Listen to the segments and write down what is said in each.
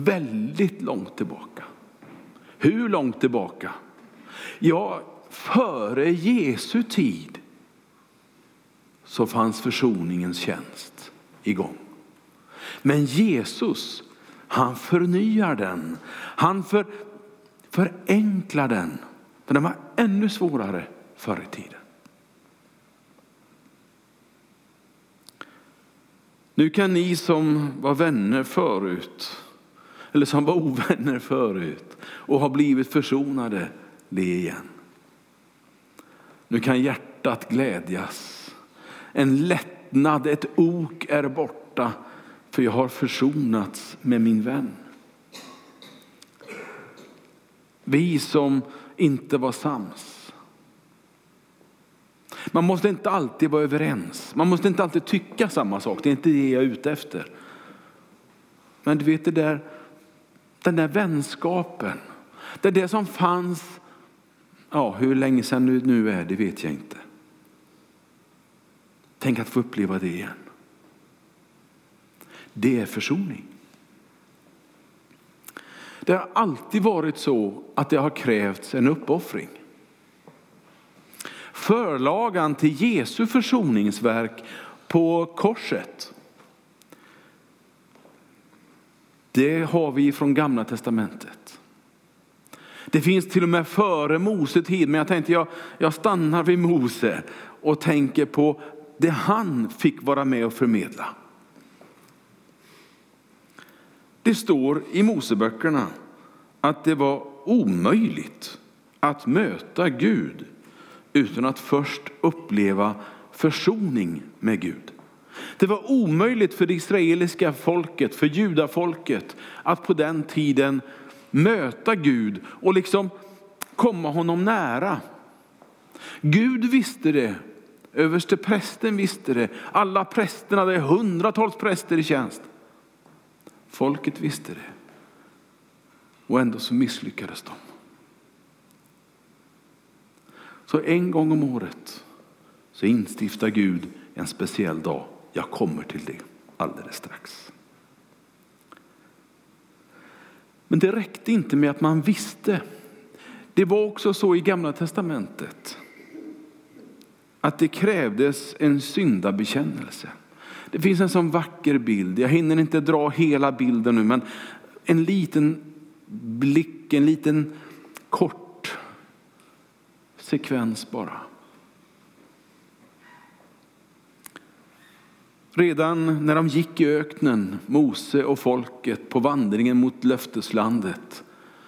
väldigt långt tillbaka. Hur långt tillbaka? Ja, före Jesu tid så fanns försoningens tjänst igång. Men Jesus, han förnyar den. Han förenklar den. För den var ännu svårare förr i tiden. Nu kan ni som var vänner förut, eller som var ovänner förut och har blivit försonade, le igen. Nu kan hjärtat glädjas. En lättnad, ett ok är borta, för jag har försonats med min vän. Vi som inte var sams. Man måste inte alltid vara överens. Man måste inte alltid tycka samma sak. Det är inte det jag är ute efter. Men du vet den där vänskapen. Det som fanns, ja, hur länge sedan nu är, det vet jag inte. Tänk att få uppleva det igen. Det är försoning. Det har alltid varit så att det har krävts en uppoffring. Förlagan till Jesu försoningsverk på korset, det har vi från Gamla testamentet. Det finns till och med före Mose tid, men jag tänkte jag stannar vid Mose och tänker på det han fick vara med och förmedla. Det står i Moseböckerna att det var omöjligt att möta Gud utan att först uppleva försoning med Gud. Det var omöjligt för det israeliska folket, för judafolket, att på den tiden möta Gud och liksom komma honom nära. Gud visste det. Överste prästen visste det. Alla prästerna, det är hundratals präster i tjänst. Folket visste det. Och ändå så misslyckades de. Så en gång om året så instiftar Gud en speciell dag. Jag kommer till det alldeles strax. Men det räckte inte med att man visste. Det var också så i Gamla testamentet att det krävdes en syndabekännelse. Det finns en sån vacker bild. Jag hinner inte dra hela bilden nu, men en liten blick, en liten kort sekvens bara. Redan när de gick i öknen, Mose och folket, på vandringen mot löfteslandet,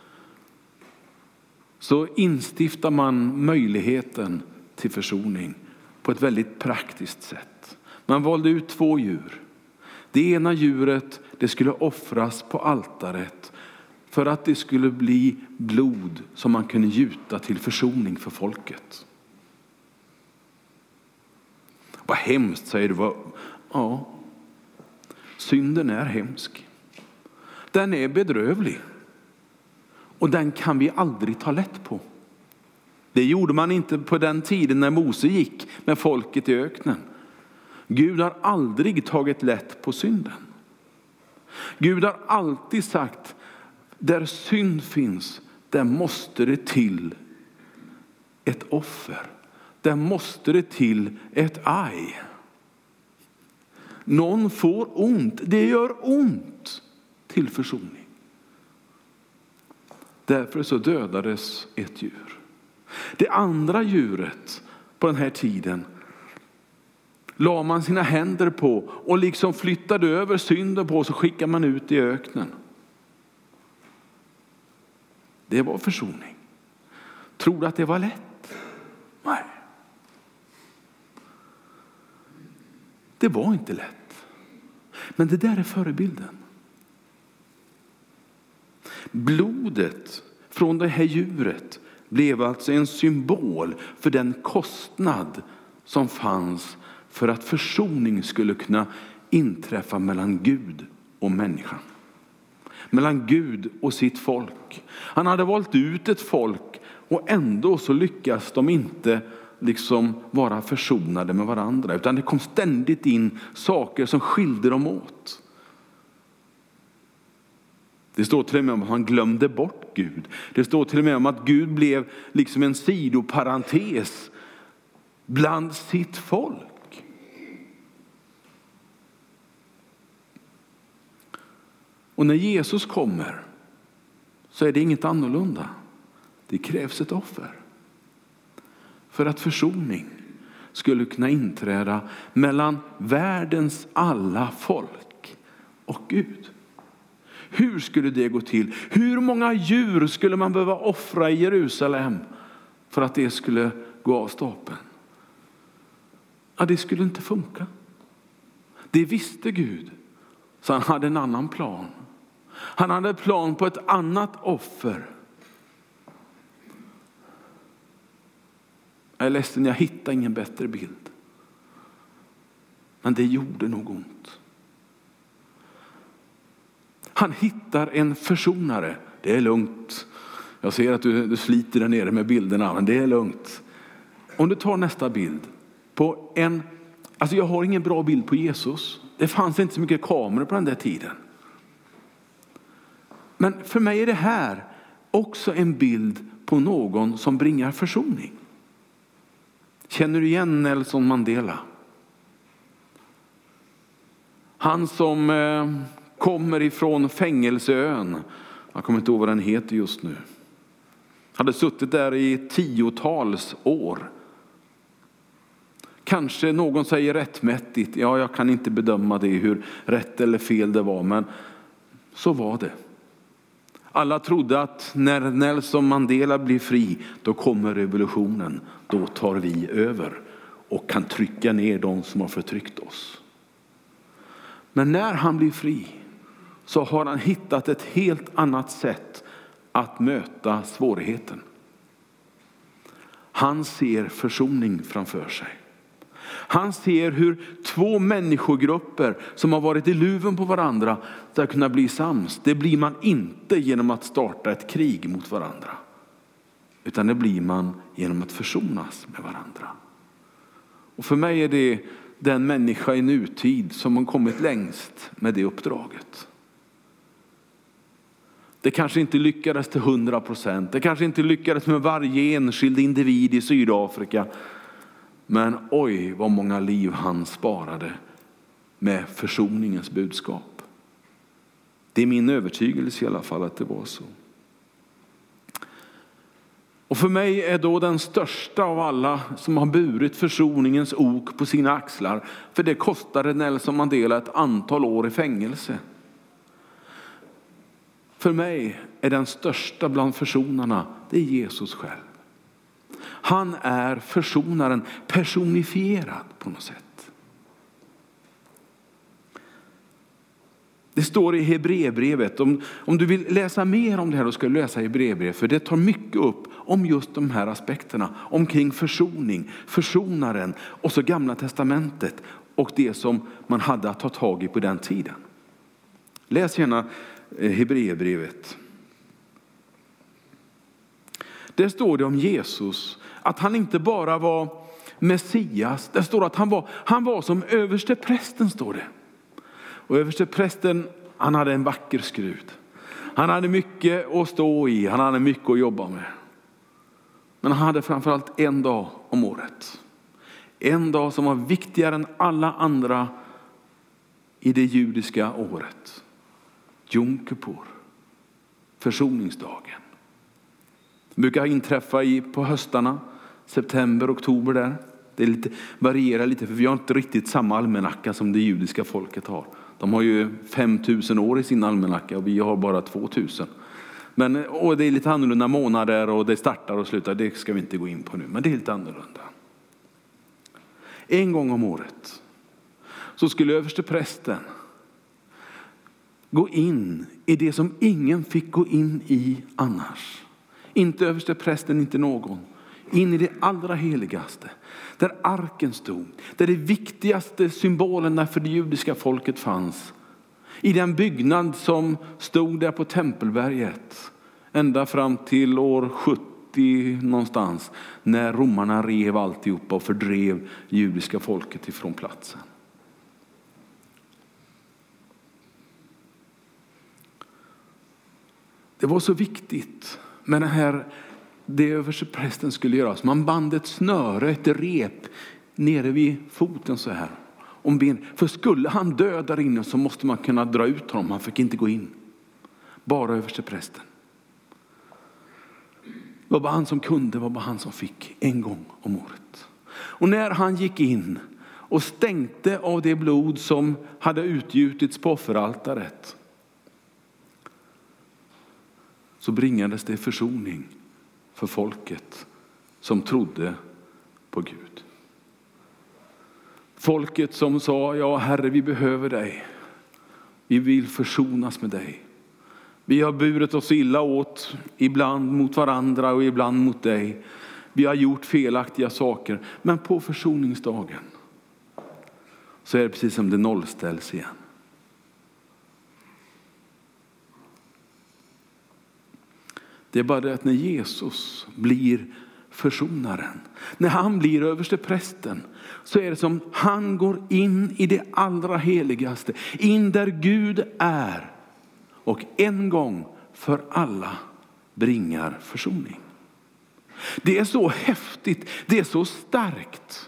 så instiftar man möjligheten till försoning på ett väldigt praktiskt sätt. Man valde ut 2 djur. Det ena djuret, det skulle offras på altaret för att det skulle bli blod som man kunde gjuta till försoning för folket. Vad hemskt, säger du. Ja, synden är hemsk. Den är bedrövlig. Och den kan vi aldrig ta lätt på. Det gjorde man inte på den tiden när Mose gick med folket i öknen. Gud har aldrig tagit lätt på synden. Gud har alltid sagt, där synd finns, där måste det till ett offer. Där måste det till ett aj. Någon får ont. Det gör ont till försoning. Därför så dödades ett djur. Det andra djuret på den här tiden la man sina händer på och liksom flyttade över synden på, så skickar man ut i öknen. Det var försoning. Tror du att det var lätt? Nej. Det var inte lätt. Men det där är förebilden. Blodet från det här djuret blev alltså en symbol för den kostnad som fanns för att försoning skulle kunna inträffa mellan Gud och människan. Mellan Gud och sitt folk. Han hade valt ut ett folk och ändå så lyckas de inte liksom vara försonade med varandra. Utan det kom ständigt in saker som skilde dem åt. Det står till och med om att han glömde bort Gud. Det står till och med om att Gud blev liksom en sidoparentes bland sitt folk. Och när Jesus kommer så är det inget annorlunda. Det krävs ett offer för att försoning skulle kunna inträda mellan världens alla folk och Gud. Hur skulle det gå till? Hur många djur skulle man behöva offra i Jerusalem för att det skulle gå av stapeln? Ja, det skulle inte funka. Det visste Gud. Så han hade en annan plan. Han hade plan på ett annat offer. Jag är ledsen, jag hittar ingen bättre bild. Men det gjorde nog ont. Han hittar en försonare. Det är lugnt. Jag ser att du sliter där nere med bilderna, men det är lugnt. Om du tar nästa bild. Jag har ingen bra bild på Jesus. Det fanns inte så mycket kameror på den där tiden. Men för mig är det här också en bild på någon som bringar försoning. Känner du igen Nelson Mandela? Han som kommer ifrån fängelseön. Jag kommer inte ihåg vad den heter just nu. Hade suttit där i 10-tals år. Kanske någon säger rättmätigt. Ja, jag kan inte bedöma det, hur rätt eller fel det var. Men så var det. Alla trodde att när Nelson Mandela blir fri, då kommer revolutionen. Då tar vi över och kan trycka ner de som har förtryckt oss. Men när han blir fri så har han hittat ett helt annat sätt att möta svårigheten. Han ser försoning framför sig. Han ser hur två människogrupper som har varit i luven på varandra ska kunna bli sams. Det blir man inte genom att starta ett krig mot varandra. Utan det blir man genom att försonas med varandra. Och för mig är det den människa i nutid som har kommit längst med det uppdraget. Det kanske inte lyckades till 100%. Det kanske inte lyckades med varje enskild individ i Sydafrika. Men oj, vad många liv han sparade med försoningens budskap. Det är min övertygelse i alla fall att det var så. Och för mig är då den största av alla som har burit försoningens ok på sina axlar. För det kostade Nelson Mandela ett antal år i fängelse. För mig är den största bland försonarna, det är Jesus själv. Han är försonaren, personifierad på något sätt. Det står i Hebreerbrevet. Om du vill läsa mer om det här, då ska du läsa Hebreerbrevet. För det tar mycket upp om just de här aspekterna. Omkring försoning, försonaren och så Gamla testamentet. Och det som man hade att ta tag i på den tiden. Läs gärna Hebreerbrevet. Det står det om Jesus att han inte bara var Messias. Det står att han var som översteprästen, står det. Och översteprästen, han hade en vacker skrud. Han hade mycket att stå i. Han hade mycket att jobba med. Men han hade framförallt en dag om året. En dag som var viktigare än alla andra i det judiska året. Jom Kippur. Försoningsdagen. Det brukar inträffa på höstarna. September, oktober där. Det varierar lite, för vi har inte riktigt samma almanacka som det judiska folket har. De har ju 5000 år i sin almanacka och vi har bara 2000. Och det är lite annorlunda månader och det startar och slutar. Det ska vi inte gå in på nu, men det är lite annorlunda. En gång om året så skulle översteprästen gå in i det som ingen fick gå in i annars. Inte översteprästen, inte någon. In i det allra heligaste. Där arken stod. Där de viktigaste symbolerna för det judiska folket fanns. I den byggnad som stod där på Tempelberget. Ända fram till år 70 någonstans. När romarna rev alltihopa och fördrev judiska folket ifrån platsen. det var så viktigt med det översteprästen skulle göra. Så man band ett snöre, ett rep nere vid foten så här. För skulle han dö där inne så måste man kunna dra ut honom. Han fick inte gå in. Bara översteprästen. Det var bara han som kunde, var bara han som fick en gång om året. Och när han gick in och stänkte av det blod som hade utgjutits på offeraltaret, så bringades det försoning för folket som trodde på Gud. Folket som sa, ja Herre, vi behöver dig. Vi vill försonas med dig. Vi har burit oss illa åt, ibland mot varandra och ibland mot dig. Vi har gjort felaktiga saker. Men på försoningsdagen så är det precis som det nollställs igen. Det är bara det att när Jesus blir försonaren, när han blir översteprästen, så är det som han går in i det allra heligaste, in där Gud är, och en gång för alla bringar försoning. Det är så häftigt, det är så starkt.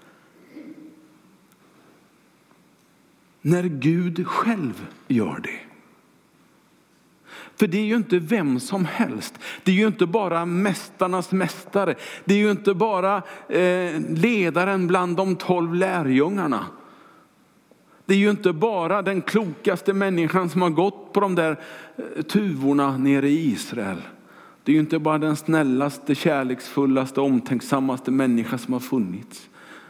När Gud själv gör det. För det är ju inte vem som helst. Det är ju inte bara mästarnas mästare. Det är ju inte bara ledaren bland de 12 lärjungarna. Det är ju inte bara den klokaste människan som har gått på de där tuvorna nere i Israel. Det är ju inte bara den snällaste, kärleksfullaste, omtänksammaste människa som har funnits.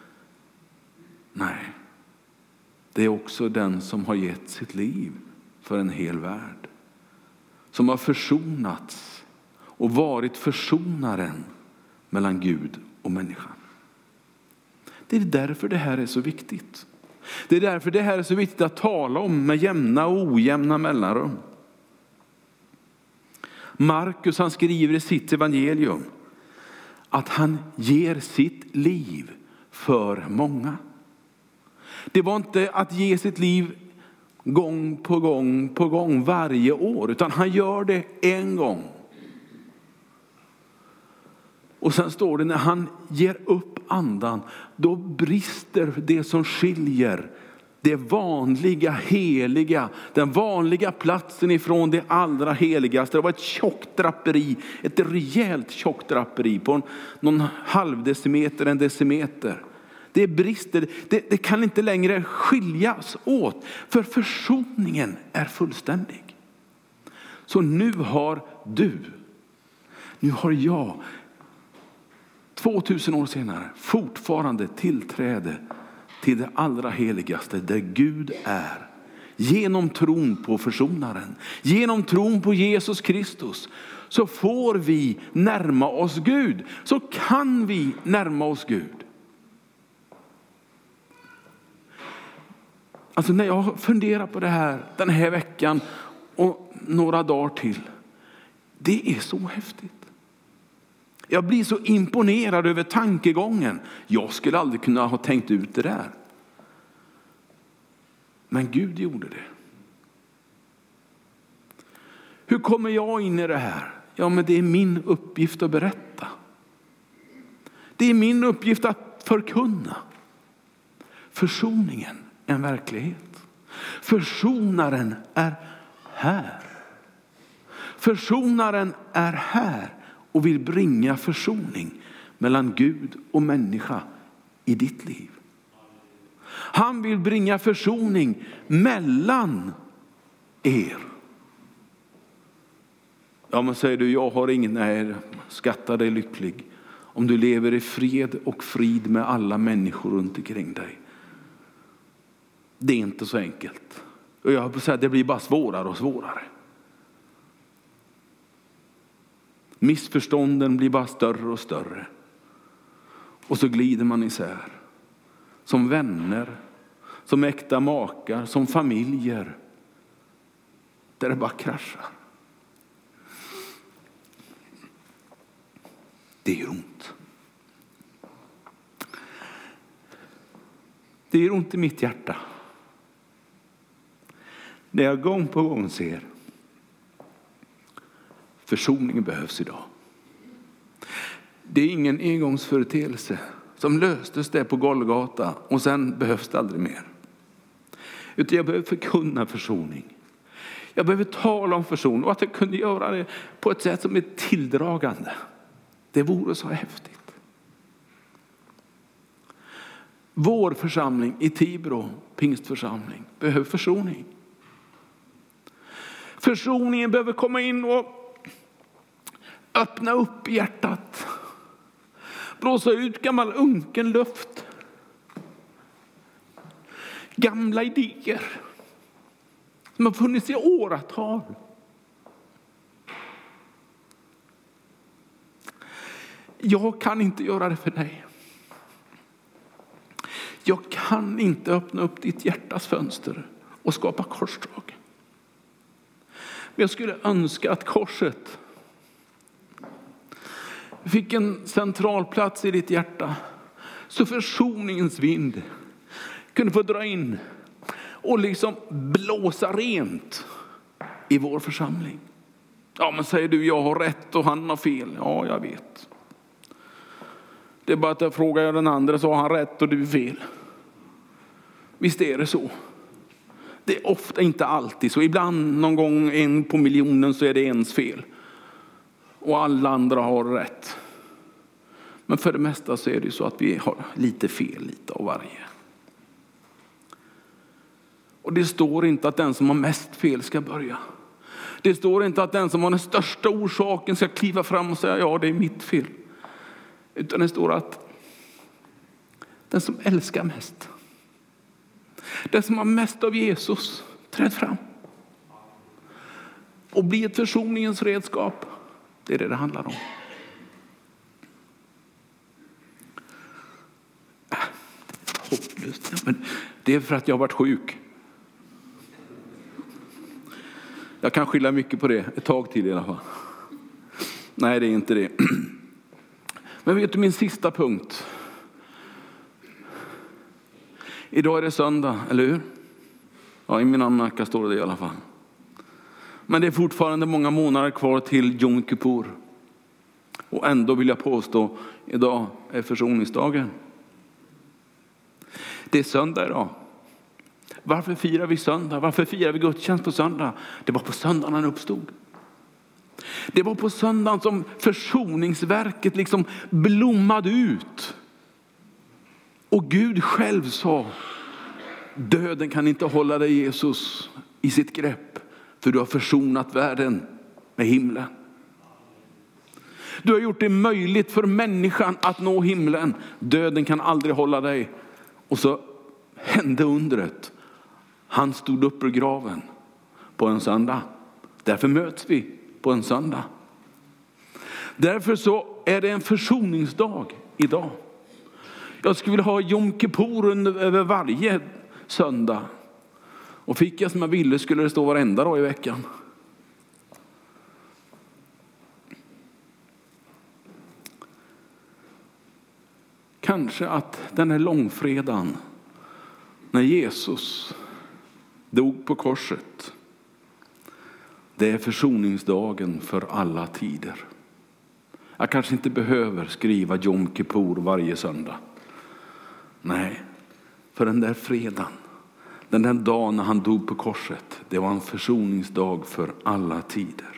Nej. Det är också den som har gett sitt liv för en hel värld. Som har försonats och varit försonaren mellan Gud och människan. Det är därför det här är så viktigt. Det är därför det här är så viktigt att tala om med jämna och ojämna mellanrum. Markus, han skriver i sitt evangelium att han ger sitt liv för många. Det var inte att ge sitt liv gång på gång varje år, utan han gör det en gång. Och sen står det, när han ger upp andan, då brister det som skiljer det vanliga heliga, den vanliga platsen ifrån det allra heligaste. Det var ett tjockt draperi, ett rejält tjockt draperi på någon halvdecimeter, en decimeter. Det brister, det kan inte längre skiljas åt, för försoningen är fullständig. Så nu har jag 2000 år senare fortfarande tillträde till det allra heligaste där Gud är. Genom tron på försonaren, genom tron på Jesus Kristus, så får vi närma oss Gud. Så kan vi närma oss Gud. Alltså när jag funderar på det här den här veckan och några dagar till, det är så häftigt. Jag blir så imponerad över tankegången. Jag skulle aldrig kunna ha tänkt ut det där. Men Gud gjorde det. Hur kommer jag in i det här? Ja, men det är min uppgift att berätta. Det är min uppgift att förkunna. Försoningen är en verklighet. Försonaren är här. Försonaren är här och vill bringa försoning mellan Gud och människa i ditt liv. Han vill bringa försoning mellan er. Ja, men säger du, jag har ingen, nej, skatta dig lycklig om du lever i fred och frid med alla människor runt omkring dig. Det är inte så enkelt. Och jag vill säga, det blir bara svårare och svårare. Missförstånden blir bara större och större. Och så glider man isär. Som vänner, som äkta makar, som familjer. Där det bara kraschar. Det gör ont. Det gör ont i mitt hjärta. När jag gång på gång ser Försoningen behövs idag. Det är ingen engångsföreteelse som löstes där på Golgata och sen behövs det aldrig mer. Utan jag behöver förkunna försoning. Jag behöver tala om försoning och att jag kunde göra det på ett sätt som är tilldragande. Det vore så häftigt. Vår församling i Tibro, pingstförsamling, behöver försoning. Försoningen behöver komma in och öppna upp hjärtat. Blåsa ut gammal unken luft. Gamla idéer som har funnits i åratal. Jag kan inte göra det för dig. Jag kan inte öppna upp ditt hjärtas fönster och skapa korsdrag. Men jag skulle önska att korset fick en central plats i ditt hjärta. Så försoningens vind kunde få dra in och liksom blåsa rent i vår församling. Ja, men säger du, jag har rätt och han har fel. Ja, jag vet. Det är bara att jag frågar den andra så har han rätt och du är fel. Visst är det så. Det är ofta, inte alltid så. Ibland någon gång 1 på miljonen så är det ens fel. Och alla andra har rätt. Men för det mesta så är det så att vi har lite fel, lite av varje. Och det står inte att den som har mest fel ska börja. Det står inte att den som har den största orsaken ska kliva fram och säga ja, det är mitt fel. Utan det står att den som älskar mest, den som har mest av Jesus, träd fram. Och bli ett försoningens redskap. Det är det handlar om. Hopplöst. Men det är för att jag har varit sjuk. Jag kan skylla mycket på det. Ett tag till i alla fall. Nej, det är inte det. Men vet du min sista punkt? Idag är det söndag, eller hur? Ja, i min almanacka står det i alla fall. Men det är fortfarande många månader kvar till Jom Kippur. Och ändå vill jag påstå, idag är försoningsdagen. Det är söndag idag. Varför firar vi söndag? Varför firar vi gudstjänst på söndag? Det var på söndagen han uppstod. Det var på söndagen som försoningsverket liksom blommade ut. Och Gud själv sa, döden kan inte hålla dig Jesus i sitt grepp. För du har försonat världen med himlen. Du har gjort det möjligt för människan att nå himlen. Döden kan aldrig hålla dig. Och så hände undret. Han stod upp ur graven på en söndag. Därför möts vi på en söndag. Därför så är det en försoningsdag idag. Jag skulle vilja ha Jom Kippur över varje söndag. Och fick jag som jag ville skulle det stå varenda dag i veckan. Kanske att den här långfredagen när Jesus dog på korset, det är försoningsdagen för alla tider. Jag kanske inte behöver skriva Jom Kippur varje söndag. Nej, för den där fredagen, den där dagen när han dog på korset, det var en försoningsdag för alla tider.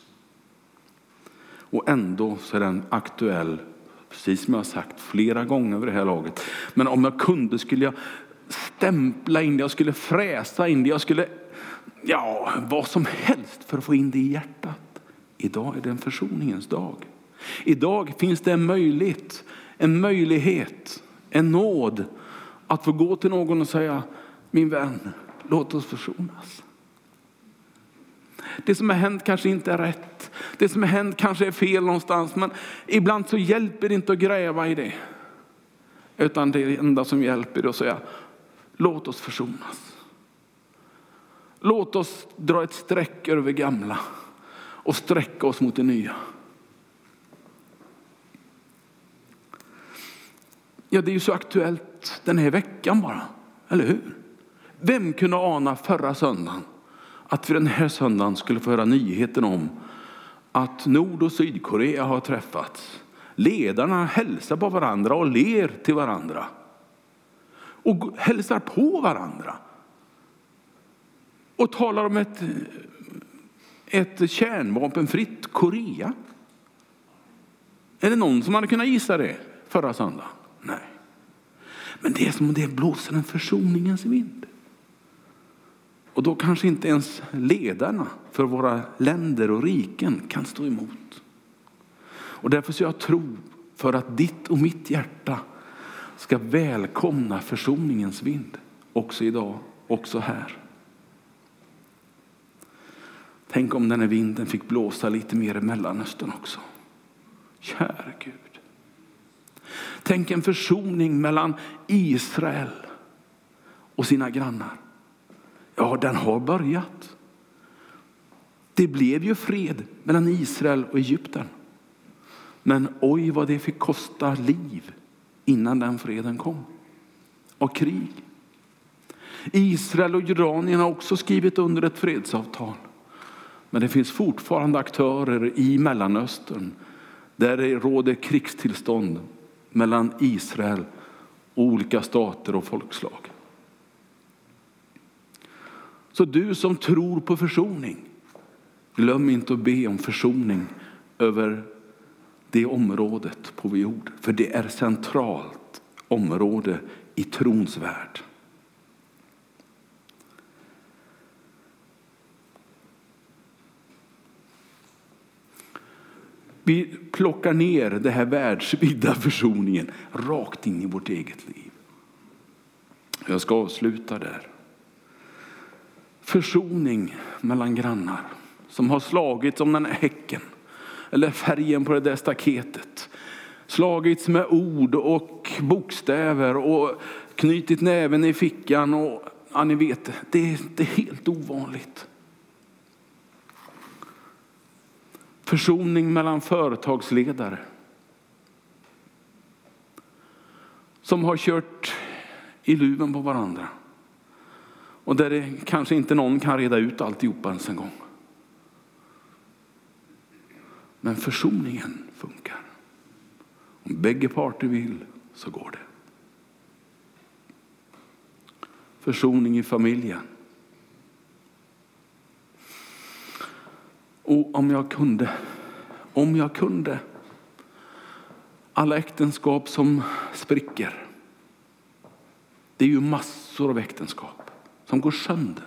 Och ändå så är den aktuell, precis som jag har sagt flera gånger över det här laget. Men om jag kunde skulle jag stämpla in det, jag skulle fräsa in det, jag skulle, vad som helst för att få in det i hjärtat. Idag är det en försoningens dag. Idag finns det en möjlighet, en nåd att få gå till någon och säga, min vän, låt oss försonas. Det som har hänt kanske inte är rätt. Det som har hänt kanske är fel någonstans. Men ibland så hjälper det inte att gräva i det. Utan det enda som hjälper är att säga, låt oss försonas. Låt oss dra ett streck över gamla. Och sträcka oss mot det nya. Ja, det är ju så aktuellt den här veckan bara. Eller hur? Vem kunde ana förra söndagen att vi den här söndagen skulle få höra nyheten om att Nord- och Sydkorea har träffats. Ledarna hälsar på varandra och ler till varandra. Och hälsar på varandra. Och talar om ett kärnvapenfritt Korea. Är det någon som hade kunnat gissa det förra söndagen? Nej. Men det är som om det blåser en försoningens vind. Och då kanske inte ens ledarna för våra länder och riken kan stå emot. Och därför så jag tror för att ditt och mitt hjärta ska välkomna försoningens vind. Också idag, också här. Tänk om den här vinden fick blåsa lite mer i Mellanöstern också. Kära Gud. Tänk en försoning mellan Israel och sina grannar. Ja, den har börjat. Det blev ju fred mellan Israel och Egypten. Men oj vad det fick kosta liv innan den freden kom. Och krig. Israel och Jordanien har också skrivit under ett fredsavtal. Men det finns fortfarande aktörer i Mellanöstern där det råder krigstillstånd mellan Israel och olika stater och folkslag. Så du som tror på försoning, glöm inte att be om försoning över det området på vår jord. För det är centralt område i trons värld. Vi plockar ner det här världsvida försoningen rakt in i vårt eget liv. Jag ska avsluta där. Försoning mellan grannar som har slagits om den här häcken eller färgen på det där staketet. Slagits med ord och bokstäver och knutit näven i fickan och ja, ni vet, det är helt ovanligt. Försoning mellan företagsledare som har kört i luven på varandra. Och där det kanske inte någon kan reda ut alltihopa ens en gång. Men försoningen funkar. Om bägge parter vill så går det. Försoning i familjen. Och om jag kunde, alla äktenskap som spricker. Det är ju massor av äktenskap som går sönder.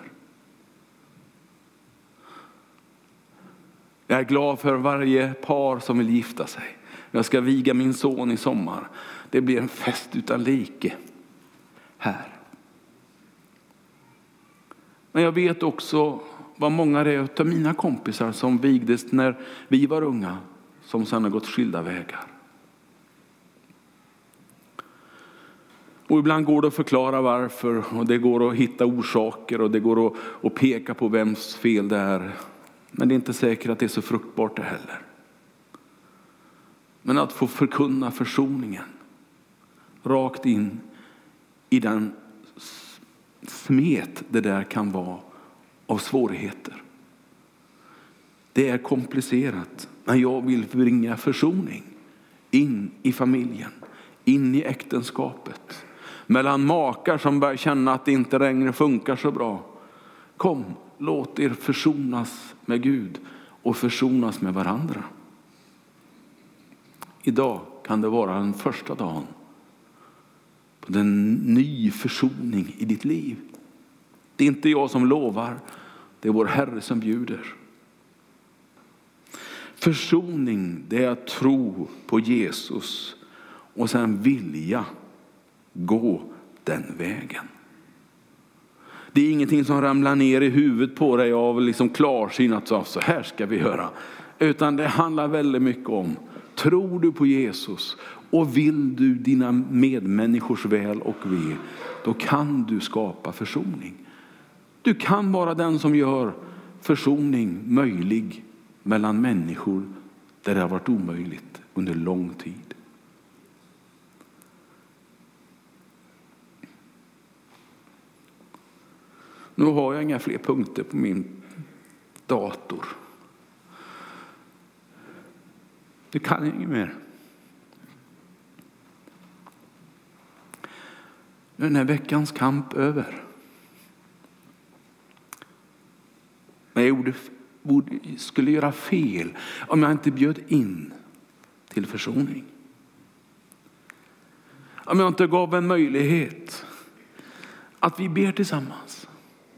Jag är glad för varje par som vill gifta sig. Jag ska viga min son i sommar. Det blir en fest utan like här. Men jag vet också vad många det är av mina kompisar som vigdes när vi var unga, som sedan har gått skilda vägar. Och ibland går det att förklara varför, och det går att hitta orsaker, och det går att peka på vems fel det är. Men det är inte säkert att det är så fruktbart det heller. Men att få förkunna försoningen rakt in i den smet det där kan vara av svårigheter. Det är komplicerat, men jag vill bringa försoning in i familjen, in i äktenskapet. Mellan makar som börjar känna att det inte längre funkar så bra. Kom, låt er försonas med Gud och försonas med varandra. Idag kan det vara den första dagen på den ny försoning i ditt liv. Det är inte jag som lovar, det är vår Herre som bjuder. Försoning, det är att tro på Jesus och sen vilja gå den vägen. Det är ingenting som ramlar ner i huvudet på dig av liksom klarsyn att så här ska vi göra. Utan det handlar väldigt mycket om, tror du på Jesus och vill du dina medmänniskors väl och ve, då kan du skapa försoning. Du kan vara den som gör försoning möjlig mellan människor där det har varit omöjligt under lång tid. Nu har jag inga fler punkter på min dator. Du kan inget mer. Nu är den här veckans kamp över. Men jag skulle göra fel om jag inte bjöd in till försoning. Om jag inte gav en möjlighet att vi ber tillsammans.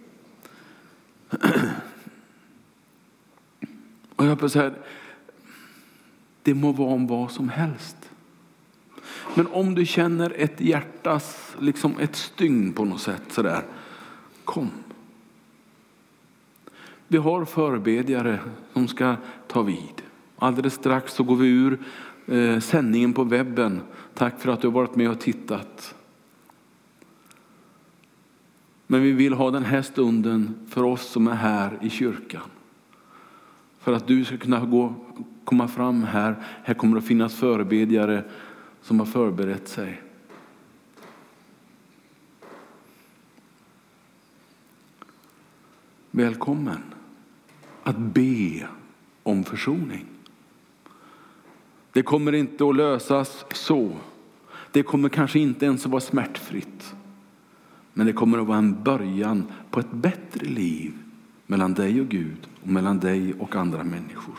Och jag får säga, det må vara om vad som helst. Men om du känner ett hjärtas, liksom ett stygn på något sätt sådär, kom. Vi har förbedjare som ska ta vid. Alldeles strax så går vi ur sändningen på webben. Tack för att du har varit med och tittat. Men vi vill ha den här stunden för oss som är här i kyrkan. För att du ska kunna komma fram här. Här kommer att finnas förebedjare som har förberett sig. Välkommen att be om försoning. Det kommer inte att lösas så. Det kommer kanske inte ens att vara smärtfritt. Men det kommer att vara en början på ett bättre liv mellan dig och Gud och mellan dig och andra människor.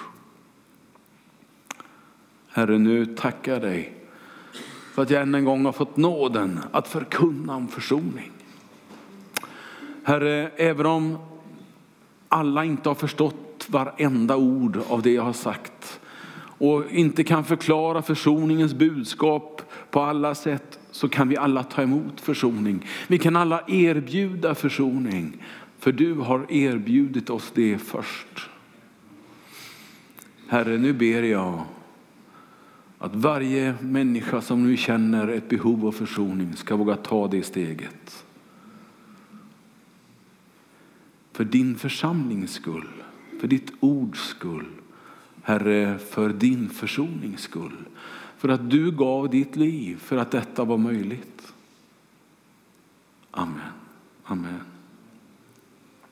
Herre, nu tackar jag dig för att jag än en gång har fått nåden att förkunna om försoning. Herre, även om alla inte har förstått varenda ord av det jag har sagt och inte kan förklara försoningens budskap på alla sätt, så kan vi alla ta emot försoning. Vi kan alla erbjuda försoning, för du har erbjudit oss det först. Herre, nu ber jag att varje människa som nu känner ett behov av försoning ska våga ta det steget. För din församlings skull, för ditt ords skull, Herre, för din försonings skull. För att du gav ditt liv för att detta var möjligt. Amen. Amen.